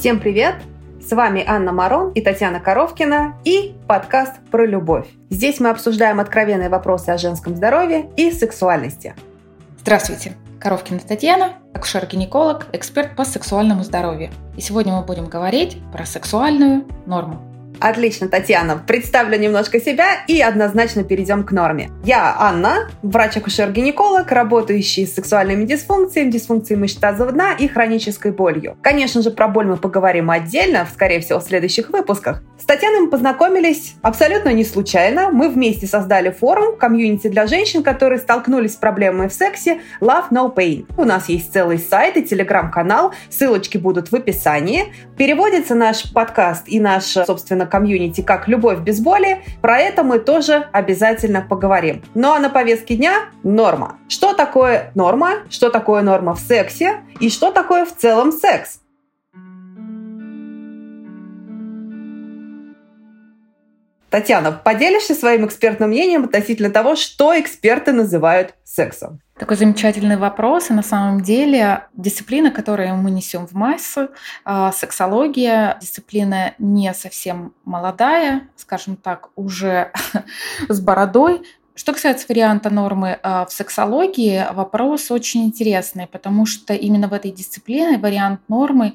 Всем привет! С вами Анна Марон и Татьяна Коровкина и подкаст про любовь. Здесь мы обсуждаем откровенные вопросы о женском здоровье и сексуальности. Здравствуйте! Коровкина Татьяна, акушер-гинеколог, эксперт по сексуальному здоровью. И сегодня мы будем говорить про сексуальную норму. Отлично, Татьяна. Представлю немножко себя и однозначно перейдем к норме. Я Анна, врач-акушер-гинеколог, работающий с сексуальными дисфункциями, дисфункцией мышц тазового дна и хронической болью. Конечно же, про боль мы поговорим отдельно, скорее всего, в следующих выпусках. С Татьяной мы познакомились абсолютно не случайно. Мы вместе создали форум, комьюнити для женщин, которые столкнулись с проблемами в сексе Love No Pain. У нас есть целый сайт и телеграм-канал, ссылочки будут в описании. Переводится наш подкаст и наш, собственно, комьюнити как «Любовь без боли». Про это мы тоже обязательно поговорим. Ну а на повестке дня – норма. Что такое норма? Что такое норма в сексе? И что такое в целом секс? Татьяна, поделишься своим экспертным мнением относительно того, что эксперты называют сексом? Такой замечательный вопрос. И на самом деле дисциплина, которую мы несем в массу, сексология, дисциплина не совсем молодая, скажем так, уже с бородой. Что касается варианта нормы в сексологии, вопрос очень интересный, потому что именно в этой дисциплине вариант нормы,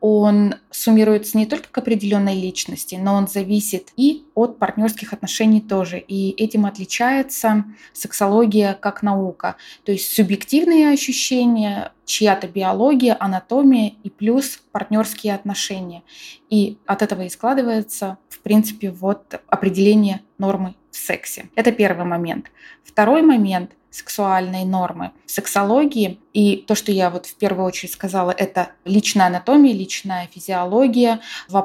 он суммируется не только к определенной личности, но он зависит и от партнерских отношений тоже. И этим отличается сексология как наука. То есть субъективные ощущения, чья-то биология, анатомия и плюс партнерские отношения. И от этого и складывается, в принципе, вот определение нормы в сексе. Это первый момент. Второй момент сексуальной нормы в сексологии, и то, что я вот в первую очередь сказала, это личная анатомия, личная физиология,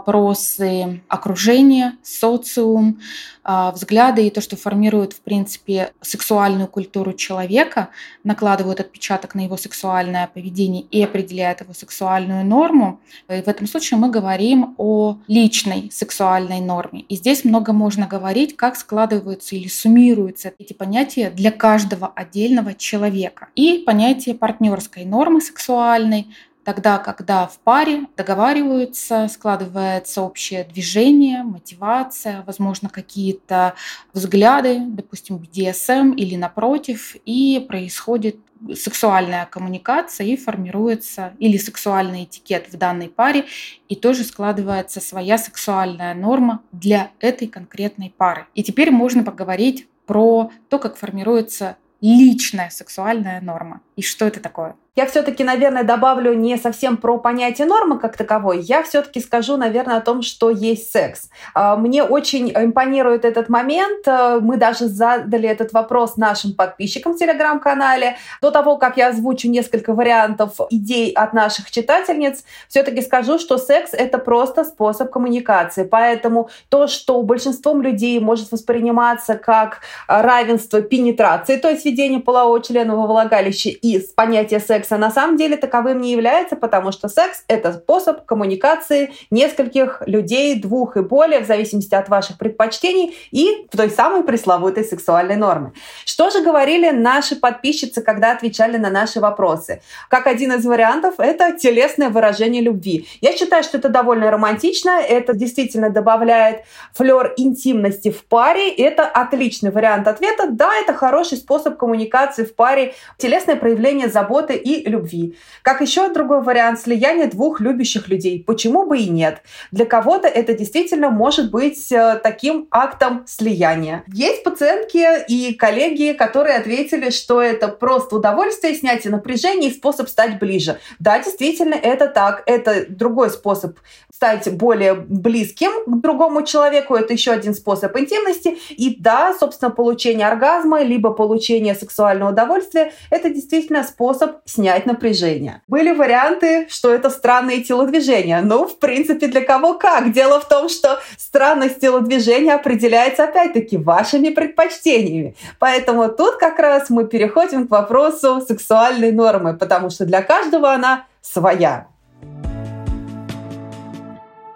вопросы окружения, социум, взгляды и то, что формирует, в принципе, сексуальную культуру человека, накладывают отпечаток на его сексуальное поведение и определяют его сексуальную норму. И в этом случае мы говорим о личной сексуальной норме. И здесь много можно говорить, как складываются или суммируются эти понятия для каждого отдельного человека. И понятие партнерской нормы сексуальной, тогда, когда в паре договариваются, складывается общее движение, мотивация, возможно, какие-то взгляды, допустим, BDSM или напротив, и происходит сексуальная коммуникация и формируется или сексуальный этикет в данной паре, и тоже складывается своя сексуальная норма для этой конкретной пары. И теперь можно поговорить про то, как формируется личная сексуальная норма. И что это такое? Я все-таки, наверное, добавлю не совсем про понятие нормы как таковой. Я все-таки скажу, наверное, о том, что есть секс. Мне очень импонирует этот момент. Мы даже задали этот вопрос нашим подписчикам в Телеграм-канале. До того, как я озвучу несколько вариантов идей от наших читательниц, все-таки скажу, что секс — это просто способ коммуникации. Поэтому то, что большинством людей может восприниматься как равенство пенетрации, то есть введение полового члена во влагалище, и понятие секса на самом деле таковым не является, потому что секс — это способ коммуникации нескольких людей, двух и более, в зависимости от ваших предпочтений и в той самой пресловутой сексуальной норме. Что же говорили наши подписчицы, когда отвечали на наши вопросы? Как один из вариантов — это телесное выражение любви. Я считаю, что это довольно романтично, это действительно добавляет флёр интимности в паре, это отличный вариант ответа. Да, это хороший способ коммуникации в паре, телесное проявление заботы и любви. Как еще другой вариант — слияние двух любящих людей. Почему бы и нет? Для кого-то это действительно может быть таким актом слияния. Есть пациентки и коллеги, которые ответили, что это просто удовольствие, снятие напряжения и способ стать ближе. Да, действительно, это так. Это другой способ стать более близким к другому человеку. Это еще один способ интимности. И да, собственно, получение оргазма либо получение сексуального удовольствия — это действительно способ снять напряжение. Были варианты, что это странные телодвижения. Ну, в принципе, для кого как. Дело в том, что странность телодвижения определяется, опять-таки, вашими предпочтениями. Поэтому тут как раз мы переходим к вопросу сексуальной нормы, потому что для каждого она своя.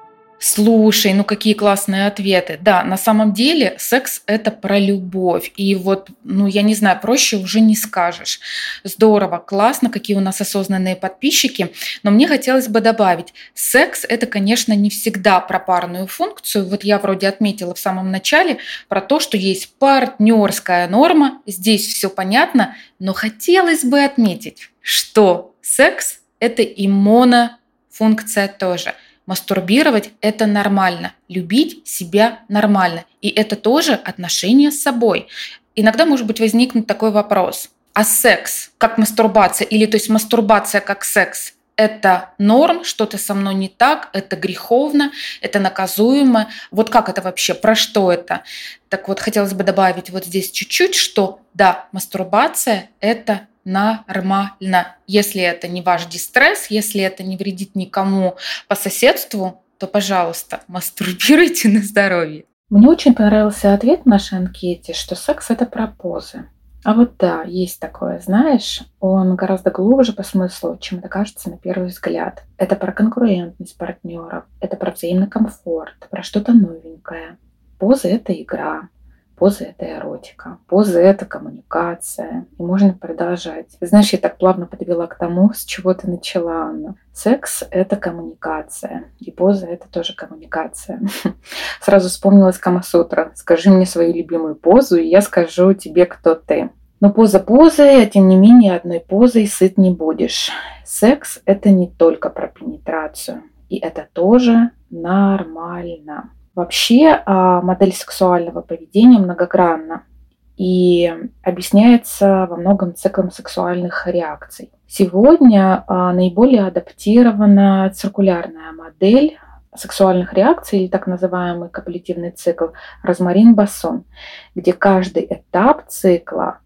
Слушай, ну какие классные ответы. Да, на самом деле секс – это про любовь. И вот, ну я не знаю, проще уже не скажешь. Здорово, классно, какие у нас осознанные подписчики. Но мне хотелось бы добавить, секс – это, конечно, не всегда про парную функцию. Вот я вроде отметила в самом начале про то, что есть партнерская норма. Здесь все понятно, но хотелось бы отметить, что секс – это и монофункция тоже. Мастурбировать – это нормально, любить себя нормально. И это тоже отношения с собой. Иногда, может быть, возникнет такой вопрос. А секс как мастурбация, или то есть мастурбация как секс – это норм, что-то со мной не так, это греховно, это наказуемо. Вот как это вообще, про что это? Так вот, хотелось бы добавить вот здесь чуть-чуть, что да, мастурбация – это нормально. Если это не ваш дистресс, если это не вредит никому по соседству, то, пожалуйста, мастурбируйте на здоровье. Мне очень понравился ответ в нашей анкете, что секс – это про позы. А вот да, есть такое, знаешь, он гораздо глубже по смыслу, чем это кажется на первый взгляд. Это про конкурентность партнеров, это про взаимный комфорт, про что-то новенькое. Поза – это игра. Поза – это эротика, поза – это коммуникация. И можно продолжать. Знаешь, я так плавно подвела к тому, с чего ты начала, Анна. Секс – это коммуникация, и поза – это тоже коммуникация. Сразу вспомнилась Камасутра. Скажи мне свою любимую позу, и я скажу тебе, кто ты. Но поза позой, а тем не менее одной позой сыт не будешь. Секс – это не только про пенетрацию, и это тоже нормально. Вообще модель сексуального поведения многогранна и объясняется во многом циклом сексуальных реакций. Сегодня наиболее адаптирована циркулярная модель сексуальных реакций, или так называемый копулятивный цикл Розмарин-Бассон, где каждый этап цикла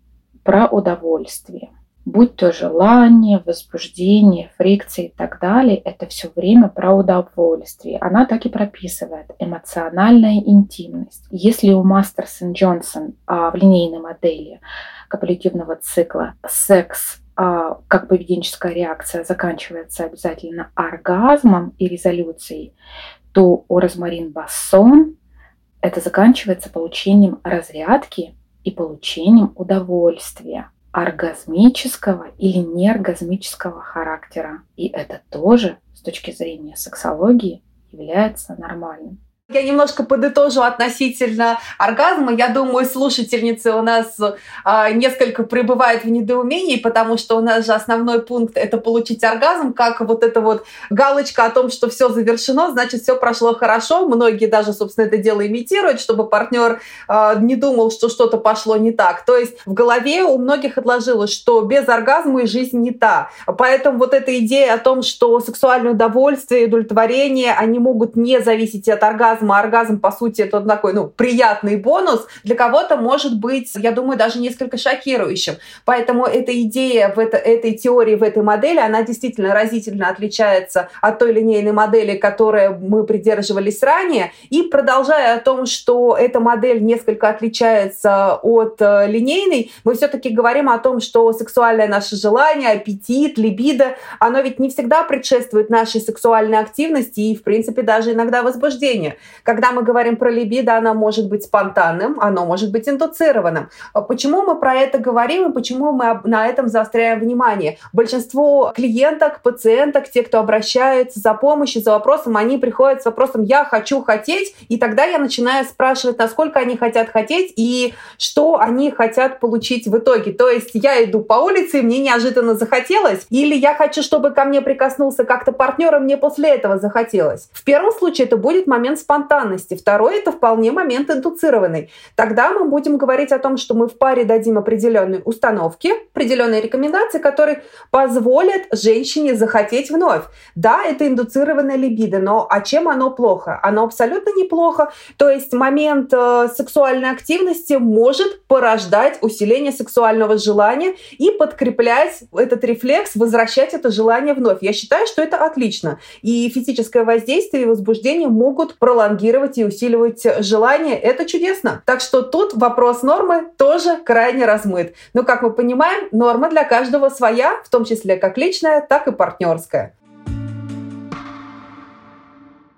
про удовольствие. Будь то желание, возбуждение, фрикция и так далее, это все время про удовольствие. Она так и прописывает эмоциональная интимность. Если у Мастерс и Джонсон в линейной модели копулятивного цикла секс как поведенческая реакция заканчивается обязательно оргазмом и резолюцией, то у Розмарин-Бассон это заканчивается получением разрядки и получением удовольствия оргазмического или неоргазмического характера. И это тоже с точки зрения сексологии является нормальным. Я немножко подытожу относительно оргазма. Я думаю, слушательницы у нас несколько пребывают в недоумении, потому что у нас же основной пункт – это получить оргазм, как вот эта вот галочка о том, что все завершено, значит, все прошло хорошо. Многие даже, собственно, это дело имитируют, чтобы партнер не думал, что что-то пошло не так. То есть в голове у многих отложилось, что без оргазма и жизнь не та. Поэтому вот эта идея о том, что сексуальное удовольствие и удовлетворение, они могут не зависеть от оргазма, оргазм, по сути, это такой, приятный бонус, для кого-то может быть, я думаю, даже несколько шокирующим. Поэтому эта идея этой теории, в этой модели, она действительно разительно отличается от той линейной модели, которой мы придерживались ранее. И продолжая о том, что эта модель несколько отличается от линейной, мы все-таки говорим о том, что сексуальное наше желание, аппетит, либидо, оно ведь не всегда предшествует нашей сексуальной активности и, в принципе, даже иногда возбуждению. Когда мы говорим про либидо, оно может быть спонтанным, оно может быть индуцированным. Почему мы про это говорим и почему мы на этом заостряем внимание? Большинство клиенток, пациенток, те, кто обращается за помощью, за вопросом, они приходят с вопросом «я хочу хотеть», и тогда я начинаю спрашивать, насколько они хотят хотеть и что они хотят получить в итоге. То есть я иду по улице, и мне неожиданно захотелось, или я хочу, чтобы ко мне прикоснулся как-то партнер, и мне после этого захотелось. В первом случае это будет момент спонтанности. Второй – это вполне момент индуцированный. Тогда мы будем говорить о том, что мы в паре дадим определенные установки, определенные рекомендации, которые позволят женщине захотеть вновь. Да, это индуцированное либидо, но чем оно плохо? Оно абсолютно неплохо. То есть момент сексуальной активности может порождать усиление сексуального желания и подкреплять этот рефлекс, возвращать это желание вновь. Я считаю, что это отлично. И физическое воздействие и возбуждение могут пролонгировать и усиливать желание. Это чудесно. Так что тут вопрос нормы тоже крайне размыт. Но, как мы понимаем, норма для каждого своя, в том числе как личная, так и партнерская.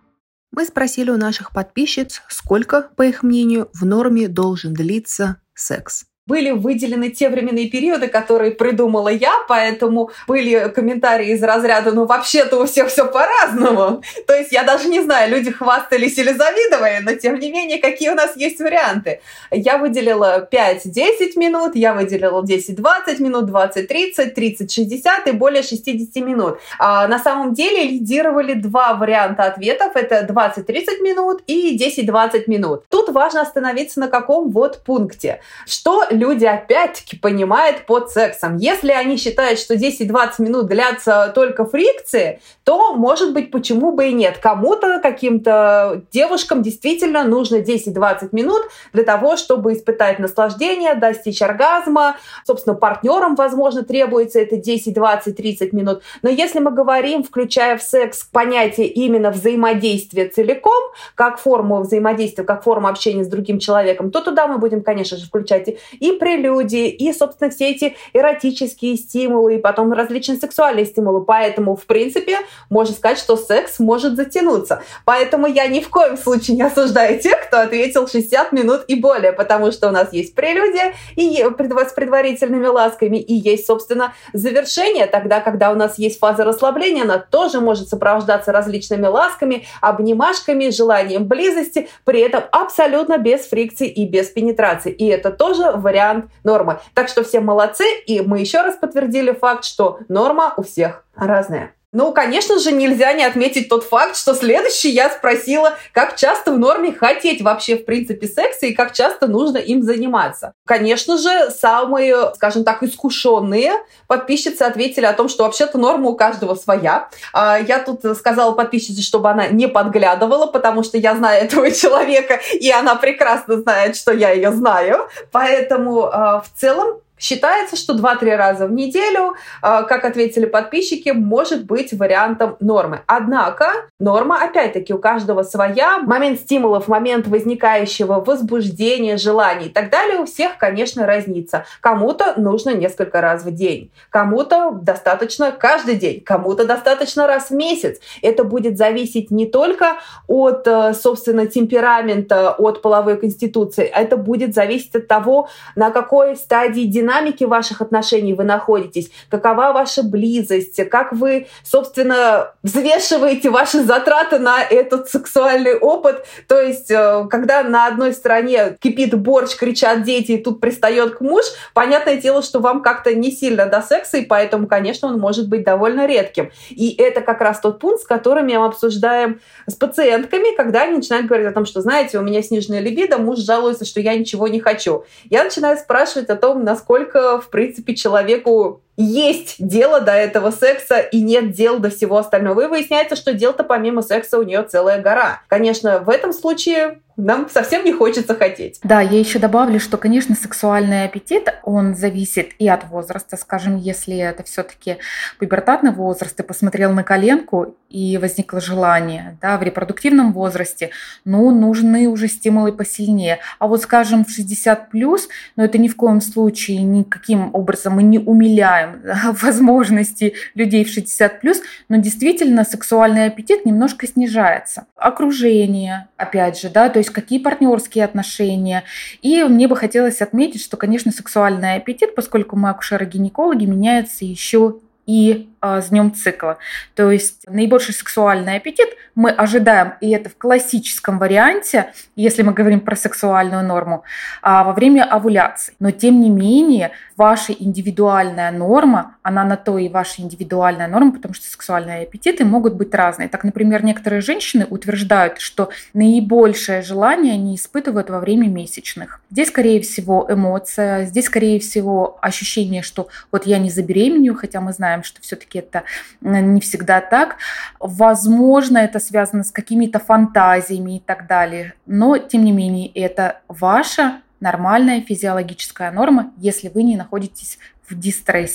Мы спросили у наших подписчиц, сколько, по их мнению, в норме должен длиться секс. Были выделены те временные периоды, которые придумала я, поэтому были комментарии из разряда «ну вообще-то у всех все по-разному». То есть я даже не знаю, люди хвастались или завидовали, но тем не менее, какие у нас есть варианты. Я выделила 5-10 минут, я выделила 10-20 минут, 20-30, 30-60 и более 60 минут. А на самом деле лидировали два варианта ответов. Это 20-30 минут и 10-20 минут. Тут важно остановиться на каком вот пункте. Что люди опять-таки понимают под сексом. Если они считают, что 10-20 минут длятся только фрикции, то, может быть, почему бы и нет. Кому-то, каким-то девушкам действительно нужно 10-20 минут для того, чтобы испытать наслаждение, достичь оргазма. Собственно, партнерам, возможно, требуется это 10, 20, 30 минут. Но если мы говорим, включая в секс понятие именно взаимодействия целиком, как форму взаимодействия, как форму общения с другим человеком, то туда мы будем, конечно же, включать и прелюдии, и, собственно, все эти эротические стимулы, и потом различные сексуальные стимулы. Поэтому, в принципе, можно сказать, что секс может затянуться. Поэтому я ни в коем случае не осуждаю тех, кто ответил 60 минут и более, потому что у нас есть прелюдия и с предварительными ласками, и есть, собственно, завершение. Тогда, когда у нас есть фаза расслабления, она тоже может сопровождаться различными ласками, обнимашками, желанием близости, при этом абсолютно без фрикции и без пенетрации. И это тоже вариант нормы. Так что все молодцы, и мы еще раз подтвердили факт, что норма у всех разная. Ну, конечно же, нельзя не отметить тот факт, что следующий я спросила, как часто в норме хотеть вообще, в принципе, секса и как часто нужно им заниматься. Конечно же, самые, скажем так, искушенные подписчицы ответили о том, что вообще-то норма у каждого своя. Я тут сказала подписчице, чтобы она не подглядывала, потому что я знаю этого человека, и она прекрасно знает, что я ее знаю. Поэтому в целом считается, что 2-3 раза в неделю, как ответили подписчики, может быть вариантом нормы. Однако норма, опять-таки, у каждого своя. Момент стимулов, момент возникающего возбуждения, желаний и так далее у всех, конечно, разнится. Кому-то нужно несколько раз в день, кому-то достаточно каждый день, кому-то достаточно раз в месяц. Это будет зависеть не только от, собственно, темперамента, от половой конституции, это будет зависеть от того, на какой стадии динамики ваших отношений вы находитесь, какова ваша близость, как вы, собственно, взвешиваете ваши затраты на этот сексуальный опыт. То есть, когда на одной стороне кипит борщ, кричат дети, и тут пристает к муж, понятное дело, что вам как-то не сильно до секса, и поэтому, конечно, он может быть довольно редким. И это как раз тот пункт, с которым мы обсуждаем с пациентками, когда они начинают говорить о том, что, знаете, у меня сниженная либидо, муж жалуется, что я ничего не хочу. Я начинаю спрашивать о том, насколько, в принципе, человеку есть дело до этого секса и нет дел до всего остального. И выясняется, что дел-то помимо секса у нее целая гора. Конечно, в этом случае нам совсем не хочется хотеть. Да, я еще добавлю, что, конечно, сексуальный аппетит, он зависит и от возраста. Скажем, если это все-таки пубертатный возраст, ты посмотрел на коленку и возникло желание, да, в репродуктивном возрасте, ну, нужны уже стимулы посильнее. А вот, скажем, в 60+, но это ни в коем случае никаким образом мы не умиляем возможности людей в 60+, но действительно сексуальный аппетит немножко снижается. Окружение, опять же, да, то есть какие партнерские отношения. И мне бы хотелось отметить, что, конечно, сексуальный аппетит, поскольку мы акушеры-гинекологи, меняется еще и с днем цикла. То есть наибольший сексуальный аппетит мы ожидаем, и это в классическом варианте, если мы говорим про сексуальную норму, во время овуляции. Но тем не менее, ваша индивидуальная норма, она на то и ваша индивидуальная норма, потому что сексуальные аппетиты могут быть разные. Так, например, некоторые женщины утверждают, что наибольшее желание они испытывают во время месячных. Здесь, скорее всего, эмоция, здесь, скорее всего, ощущение, что вот я не забеременею, хотя мы знаем, что все-таки это не всегда так. Возможно, это связано с какими-то фантазиями и так далее. Но, тем не менее, это ваша нормальная физиологическая норма, если вы не находитесь в дистрессе.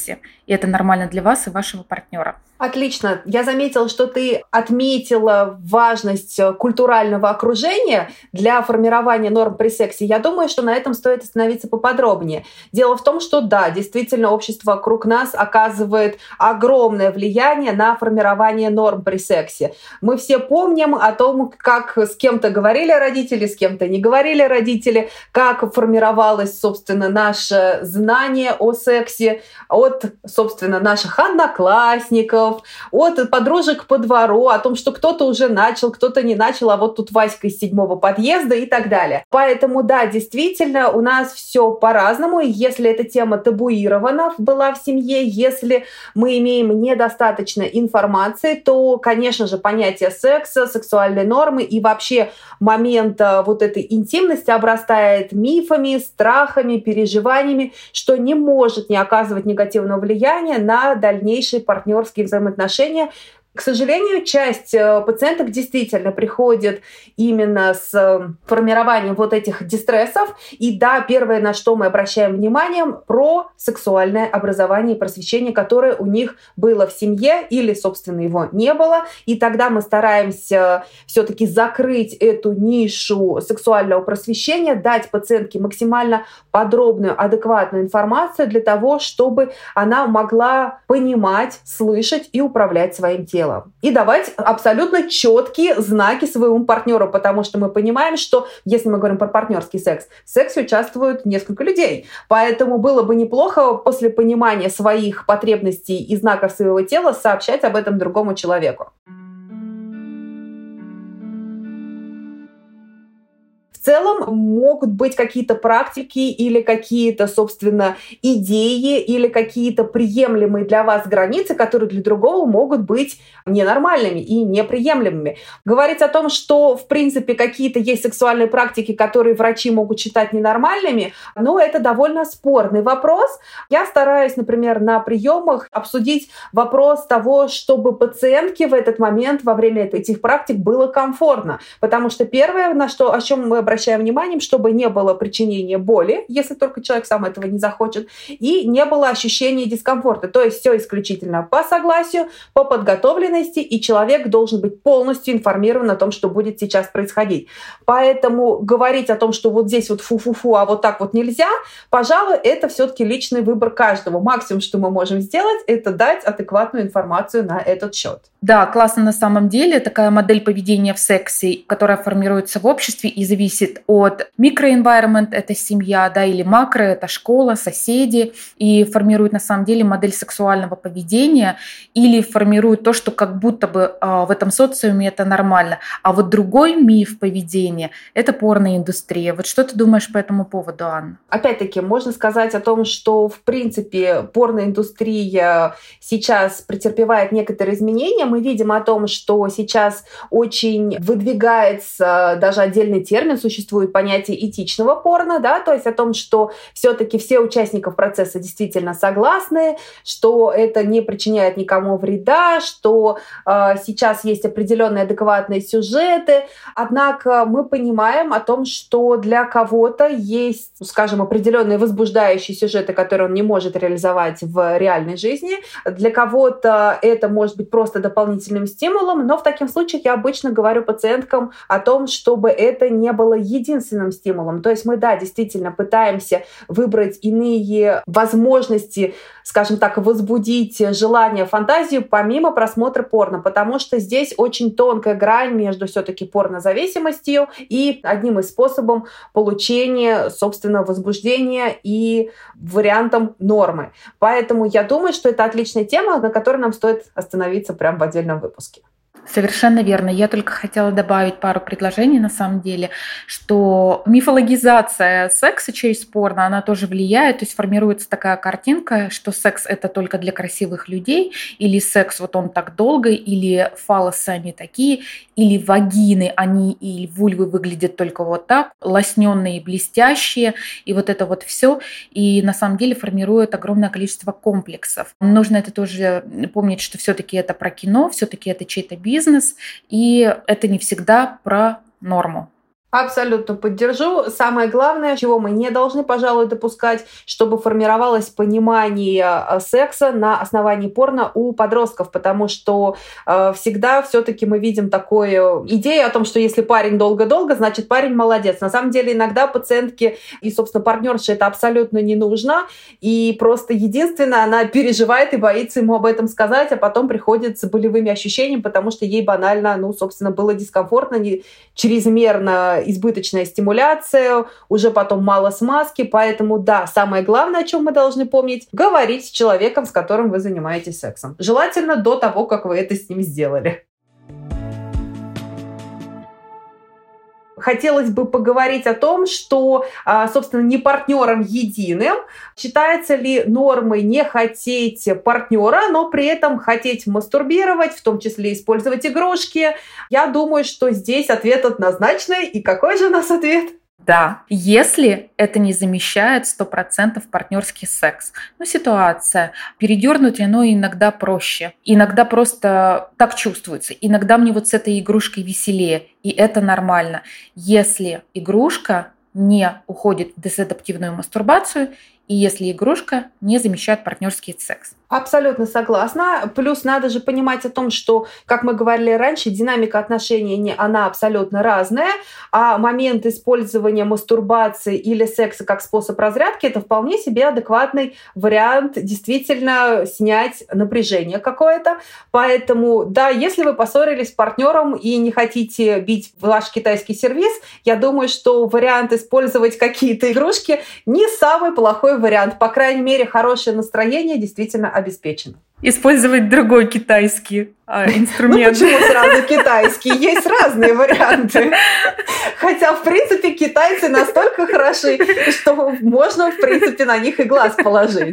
и это нормально для вас и вашего партнера. Отлично. Я заметила, что ты отметила важность культурального окружения для формирования норм при сексе. Я думаю, что на этом стоит остановиться поподробнее. Дело в том, что да, действительно, общество вокруг нас оказывает огромное влияние на формирование норм при сексе. Мы все помним о том, как с кем-то говорили родители, с кем-то не говорили родители, как формировалось, собственно, наше знание о сексе от, собственно, наших одноклассников, от подружек по двору, о том, что кто-то уже начал, кто-то не начал, а вот тут Васька из 7-го подъезда и так далее. Поэтому, да, действительно, у нас все по-разному. И если эта тема табуирована была в семье, если мы имеем недостаточно информации, то, конечно же, понятие секса, сексуальной нормы и вообще момент вот этой интимности обрастает мифами, страхами, переживаниями, что не может не оказывать негативного влияния на дальнейшие партнерские взаимоотношения. К сожалению, часть пациенток действительно приходит именно с формированием вот этих дистрессов. И да, первое, на что мы обращаем внимание, про сексуальное образование и просвещение, которое у них было в семье или, собственно, его не было. И тогда мы стараемся все-таки закрыть эту нишу сексуального просвещения, дать пациентке максимально подробную, адекватную информацию для того, чтобы она могла понимать, слышать и управлять своим телом. И давать абсолютно четкие знаки своему партнеру, потому что мы понимаем, что если мы говорим про партнерский секс, в сексе участвуют несколько людей. Поэтому было бы неплохо после понимания своих потребностей и знаков своего тела сообщать об этом другому человеку. В целом могут быть какие-то практики или какие-то, собственно, идеи или какие-то приемлемые для вас границы, которые для другого могут быть ненормальными и неприемлемыми. Говорить о том, что, в принципе, какие-то есть сексуальные практики, которые врачи могут считать ненормальными, но это довольно спорный вопрос. Я стараюсь, например, на приемах обсудить вопрос того, чтобы пациентке в этот момент во время этих практик было комфортно. Потому что первое, о чем мы обращаем внимание, чтобы не было причинения боли, если только человек сам этого не захочет, и не было ощущения дискомфорта. То есть все исключительно по согласию, по подготовленности, и человек должен быть полностью информирован о том, что будет сейчас происходить. Поэтому говорить о том, что вот здесь вот фу-фу-фу, а вот так вот нельзя, пожалуй, это все-таки личный выбор каждого. Максимум, что мы можем сделать, это дать адекватную информацию на этот счет. Да, классно на самом деле. Такая модель поведения в сексе, которая формируется в обществе и зависит от микроэнвайромент, это семья, да, или макро, это школа, соседи, и формирует на самом деле модель сексуального поведения или формирует то, что как будто бы в этом социуме это нормально. А вот другой миф поведения – это порноиндустрия. Вот что ты думаешь по этому поводу, Анна? Опять-таки, можно сказать о том, что, в принципе, порноиндустрия сейчас претерпевает некоторые изменения. Мы видим о том, что сейчас очень выдвигается даже отдельный термин, существует понятие этичного порно, да, то есть о том, что все-таки все участников процесса действительно согласны, что это не причиняет никому вреда, что сейчас есть определенные адекватные сюжеты. Однако мы понимаем о том, что для кого-то есть, скажем, определенные возбуждающие сюжеты, которые он не может реализовать в реальной жизни. Для кого-то это может быть просто дополнительным стимулом, но в таких случаях я обычно говорю пациенткам о том, чтобы это не было единственным стимулом. То есть мы, да, действительно пытаемся выбрать иные возможности, скажем так, возбудить желание, фантазию помимо просмотра порно, потому что здесь очень тонкая грань между все-таки порнозависимостью и одним из способов получения собственного возбуждения и вариантом нормы. Поэтому я думаю, что это отличная тема, на которой нам стоит остановиться прямо в отдельном выпуске. Совершенно верно. Я только хотела добавить пару предложений на самом деле, что мифологизация секса через порно, она тоже влияет, то есть формируется такая картинка, что секс это только для красивых людей, или секс вот он так долго, или фаллосы они такие, или вагины, они и вульвы выглядят только вот так, лосненные, блестящие, и вот это вот все, и на самом деле формирует огромное количество комплексов. Нужно это тоже помнить, что все-таки это про кино, все-таки это чей-то бизнес, и это не всегда про норму. Абсолютно поддержу. Самое главное, чего мы не должны, пожалуй, допускать, чтобы формировалось понимание секса на основании порно у подростков, потому что всегда все-таки мы видим такую идею о том, что если парень долго-долго, значит парень молодец. На самом деле иногда пациентке и, собственно, партнерше это абсолютно не нужно, и просто единственное, она переживает и боится ему об этом сказать, а потом приходит с болевыми ощущениями, потому что ей банально, собственно, было дискомфортно, чрезмерно избыточная стимуляция, уже потом мало смазки, поэтому да, самое главное, о чем мы должны помнить, говорить с человеком, с которым вы занимаетесь сексом. Желательно до того, как вы это с ним сделали. Хотелось бы поговорить о том, что, собственно, не партнером единым считается ли нормой не хотеть партнера, но при этом хотеть мастурбировать, в том числе использовать игрушки. Я думаю, что здесь ответ однозначный. И какой же у нас ответ? Да, если это не замещает 100% партнерский секс. Ситуация. Передернуть оно иногда проще. Иногда просто так чувствуется. Иногда мне вот с этой игрушкой веселее. И это нормально. Если игрушка не уходит в дезадаптивную мастурбацию, и если игрушка не замещает партнерский секс. Абсолютно согласна. Плюс надо же понимать о том, что, как мы говорили раньше, динамика отношений, она абсолютно разная, а момент использования мастурбации или секса как способ разрядки – это вполне себе адекватный вариант действительно снять напряжение какое-то. Поэтому, да, если вы поссорились с партнером и не хотите бить ваш китайский сервиз, я думаю, что вариант использовать какие-то игрушки не самый плохой вариант. По крайней мере, хорошее настроение действительно обеспечено. Использовать другой китайский инструмент. Почему сразу китайский? Есть разные варианты. Хотя, в принципе, китайцы настолько хороши, что можно, в принципе, на них и глаз положить.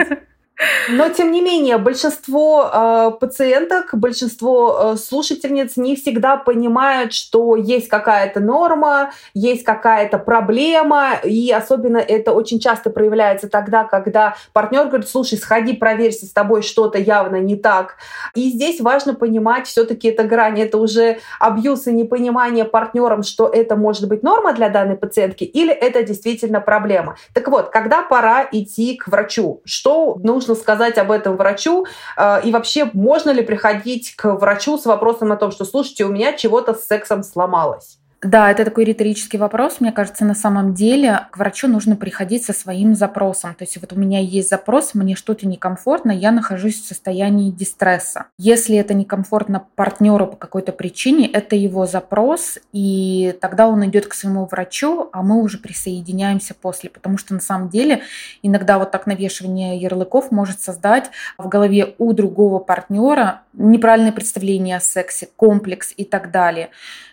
Но, тем не менее, большинство пациенток, большинство слушательниц не всегда понимают, что есть какая-то норма, есть какая-то проблема, и особенно это очень часто проявляется тогда, когда партнер говорит: слушай, сходи, проверься, с тобой что-то явно не так. И здесь важно понимать, все-таки это грань, это уже абьюз и непонимание партнером, что это может быть норма для данной пациентки, или это действительно проблема. Так вот, когда пора идти к врачу? Что нужно сказать об этом врачу? И вообще, можно ли приходить к врачу с вопросом о том, что, слушайте, у меня чего-то с сексом сломалось? Да, это такой риторический вопрос. Мне кажется, на самом деле к врачу нужно приходить со своим запросом. То есть вот у меня есть запрос, мне что-то некомфортно, я нахожусь в состоянии дистресса. Если это некомфортно партнеру по какой-то причине, это его запрос, и тогда он идет к своему врачу, а мы уже присоединяемся после. Потому что на самом деле иногда вот так навешивание ярлыков может создать в голове у другого партнера неправильное представление о сексе, комплекс и так далее.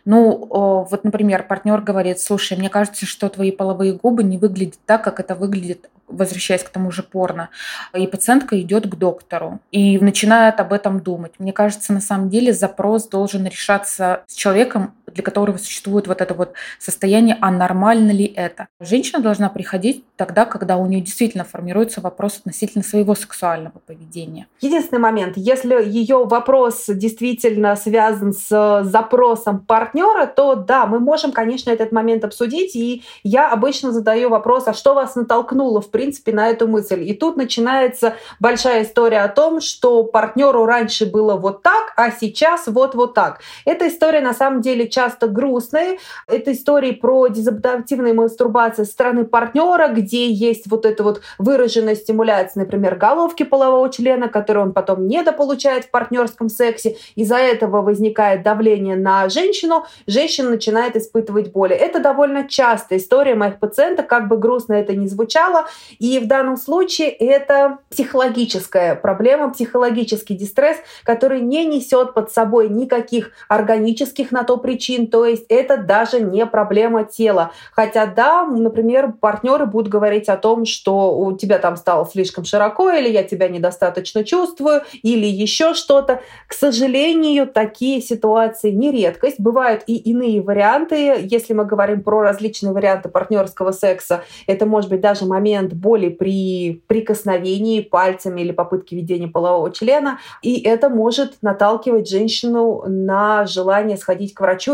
Вот, например, партнер говорит: слушай, мне кажется, что твои половые губы не выглядят так, как это выглядит, возвращаясь к тому же порно. И пациентка идет к доктору и начинает об этом думать. Мне кажется, на самом деле запрос должен решаться с человеком, для которого существует вот это вот состояние, а нормально ли это. Женщина должна приходить тогда, когда у нее действительно формируется вопрос относительно своего сексуального поведения. Единственный момент, если ее вопрос действительно связан с запросом партнера, то да, мы можем, конечно, этот момент обсудить, и я обычно задаю вопрос: а что вас натолкнуло, в принципе, на эту мысль? И тут начинается большая история о том, что партнеру раньше было вот так, а сейчас вот так. Эта история на самом деле часто грустная. Это истории про дезадаптивную мастурбацию со стороны партнера, где есть вот эта вот выраженная стимуляция, например, головки полового члена, которую он потом недополучает в партнерском сексе. Из-за этого возникает давление на женщину, женщина начинает испытывать боли. Это довольно частая история моих пациенток, как бы грустно это ни звучало. И в данном случае это психологическая проблема, психологический дистресс, который не несет под собой никаких органических на то причин, то есть это даже не проблема тела. Хотя да, например, партнеры будут говорить о том, что у тебя там стало слишком широко, или я тебя недостаточно чувствую, или еще что-то. К сожалению, такие ситуации не редкость. Бывают и иные варианты. Если мы говорим про различные варианты партнерского секса, это может быть даже момент боли при прикосновении пальцами или попытке ведения полового члена. И это может наталкивать женщину на желание сходить к врачу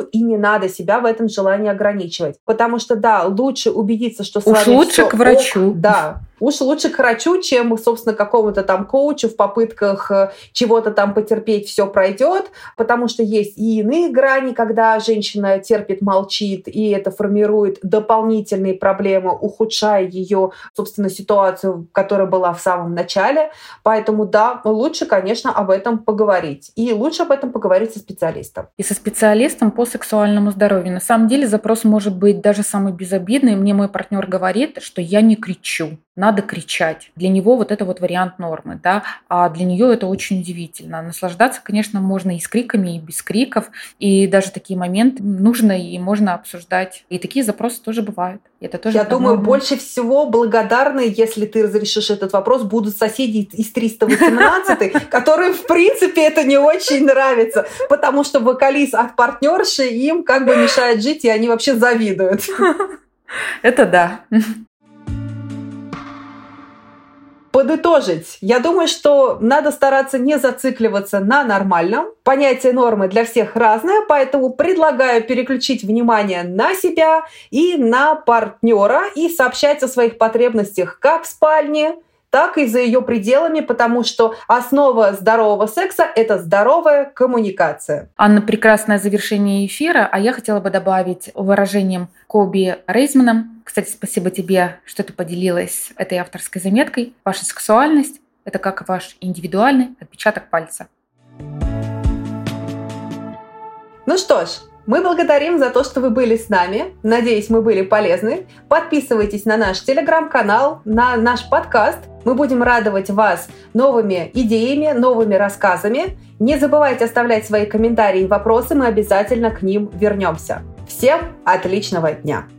и не надо себя в этом желании ограничивать. Потому что, да, лучше убедиться, что с вами уж лучше всё к врачу. Да. Уж лучше к врачу, чем, собственно, какому-то там коучу в попытках чего-то там потерпеть, все пройдет, потому что есть и иные грани, когда женщина терпит, молчит, и это формирует дополнительные проблемы, ухудшая ее, собственно, ситуацию, которая была в самом начале. Поэтому, да, лучше, конечно, об этом поговорить. И лучше об этом поговорить со специалистом. И со специалистом по сексуальному здоровью. На самом деле запрос может быть даже самый безобидный. Мне мой партнер говорит, что я не кричу. Надо кричать. Для него вот это вот вариант нормы, да, а для нее это очень удивительно. Наслаждаться, конечно, можно и с криками, и без криков, и даже такие моменты нужно и можно обсуждать. И такие запросы тоже бывают. Это тоже Я думаю, больше всего благодарны, если ты разрешишь этот вопрос, будут соседи из 318, которые, в принципе, это не очень нравится, потому что вокалист от партнерши им как бы мешает жить, и они вообще завидуют. Это да. Подытожить. Я думаю, что надо стараться не зацикливаться на нормальном. Понятие нормы для всех разное, поэтому предлагаю переключить внимание на себя и на партнера и сообщать о своих потребностях как в спальне, так и за ее пределами, потому что основа здорового секса — это здоровая коммуникация. Анна, прекрасное завершение эфира, а я хотела бы добавить выражением Коби Рейзмана. Кстати, спасибо тебе, что ты поделилась этой авторской заметкой. Ваша сексуальность — это как ваш индивидуальный отпечаток пальца. Ну что ж, мы благодарим за то, что вы были с нами. Надеюсь, мы были полезны. Подписывайтесь на наш телеграм-канал, на наш подкаст. Мы будем радовать вас новыми идеями, новыми рассказами. Не забывайте оставлять свои комментарии и вопросы, мы обязательно к ним вернемся. Всем отличного дня!